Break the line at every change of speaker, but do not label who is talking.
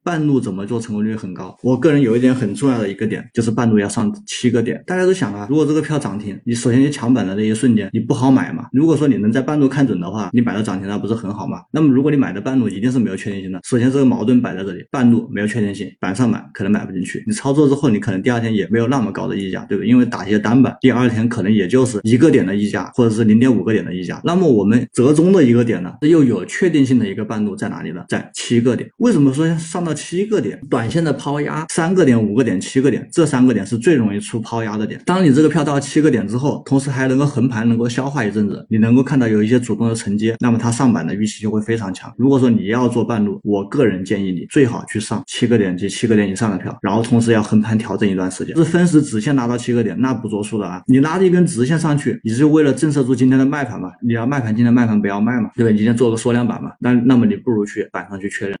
半路怎么做成功率很高？我个人有一点很重要的一个点，就是半路要上7个点。大家都想啊，如果这个票涨停，你首先你抢板的那一瞬间，你不好买嘛。如果说你能在半路看准的话，你买到涨停那不是很好吗？那么如果你买的半路一定是没有确定性的，首先这个矛盾摆在这里，半路没有确定性，板上买可能买不进去，你操作之后你可能第二天也没有那么高的溢价，对不对？因为打些单板，第二天可能也就是1个点的溢价，或者是0.5个点的溢价。那么我们折中的一个点呢，又有确定性的一个半路在哪里呢？在7个点。为什么说上到7个点？短线的抛压3个点、5个点、7个点，这3个点是最容易出抛压的点。当你这个票到7个点之后，同时还能够横盘，能够消化一阵子，你能够看到有一些主动的承接，那么它上板的预期就会非常强。如果说你要做半路，我个人建议你最好去上7个点及7个点以上的票，然后同时要横盘调整一段时间。是分时直线拉到7个点，那不作数了啊！你拉着一根直线上去，你是为了震慑住今天的卖盘嘛？你要卖盘，今天卖盘不要卖嘛，对吧？你今天做个缩量板嘛，那么你不如去板上去确认。